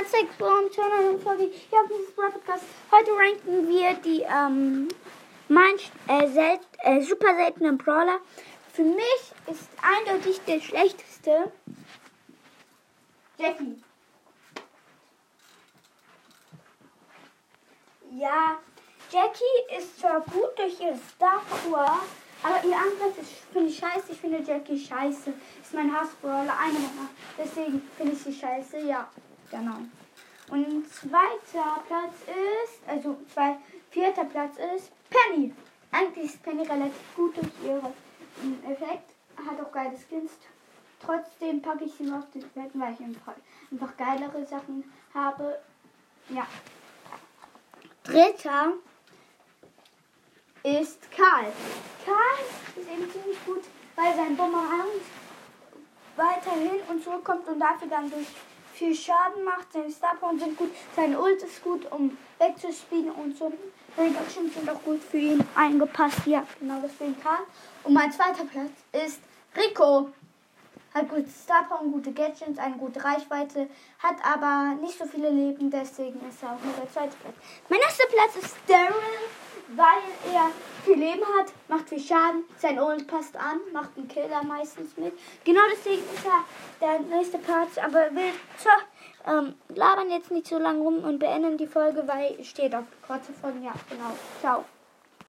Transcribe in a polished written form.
herzlich willkommen zu einer neuen Folge hier auf diesem Podcast. Heute ranken wir die super seltenen Brawler. Für mich ist eindeutig der schlechteste Jackie. Ja, Jackie ist zwar gut durch ihre Star Power, aber ihr Angriff finde ich scheiße. Ich finde Jackie scheiße. Ist mein Hassbrawler, einer meiner. Deswegen finde ich sie scheiße. Ja, genau. Und vierter Platz ist Penny. Eigentlich ist Penny relativ gut durch ihren Effekt. Hat auch geile Skins. Trotzdem packe ich sie nur auf den zweiten, weil ich einfach geilere Sachen habe. Ja. Dritter ist Karl. Karl ist eben ziemlich gut, weil sein Bumerang weiterhin und zurückkommt und dafür dann durch viel Schaden macht. Seine Starpoints sind gut, sein Ult ist gut, um wegzuspielen und so. Seine Dodge sind auch gut für ihn eingepasst. Ja, genau deswegen Karl. Und mein zweiter Platz ist Rico. Hat gute Starpower, gute Gadgets, eine gute Reichweite, hat aber nicht so viele Leben, deswegen ist er auch nur der zweite Platz. Mein erster Platz ist Daryl, weil er viel Leben hat, macht viel Schaden, sein Ult passt an, macht einen Killer meistens mit. Genau deswegen ist er der nächste Platz, aber wir labern jetzt nicht so lange rum und beenden die Folge, weil es steht auf kurze Folgen. Ja, genau. Ciao.